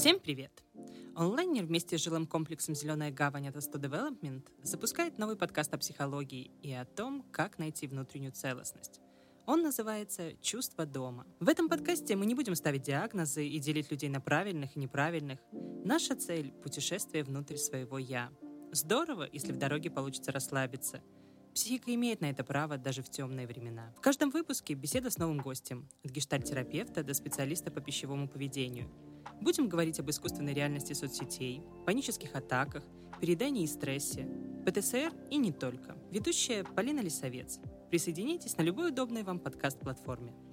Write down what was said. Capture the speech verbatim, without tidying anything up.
Всем привет! Онлайнер вместе с жилым комплексом «Зеленая гавань» от Асто Development запускает новый подкаст о психологии и о том, как найти внутреннюю целостность. Он называется «Чувство дома». В этом подкасте мы не будем ставить диагнозы и делить людей на правильных и неправильных. Наша цель – путешествие внутрь своего «я». Здорово, если в дороге получится расслабиться. Психика имеет на это право даже в темные времена. В каждом выпуске беседа с новым гостем, от гештальт-терапевта до специалиста по пищевому поведению. Будем говорить об искусственной реальности соцсетей, панических атаках, переедании и стрессе, ПТСР и не только. Ведущая Полина Лисовец. Присоединяйтесь на любой удобной вам подкаст-платформе.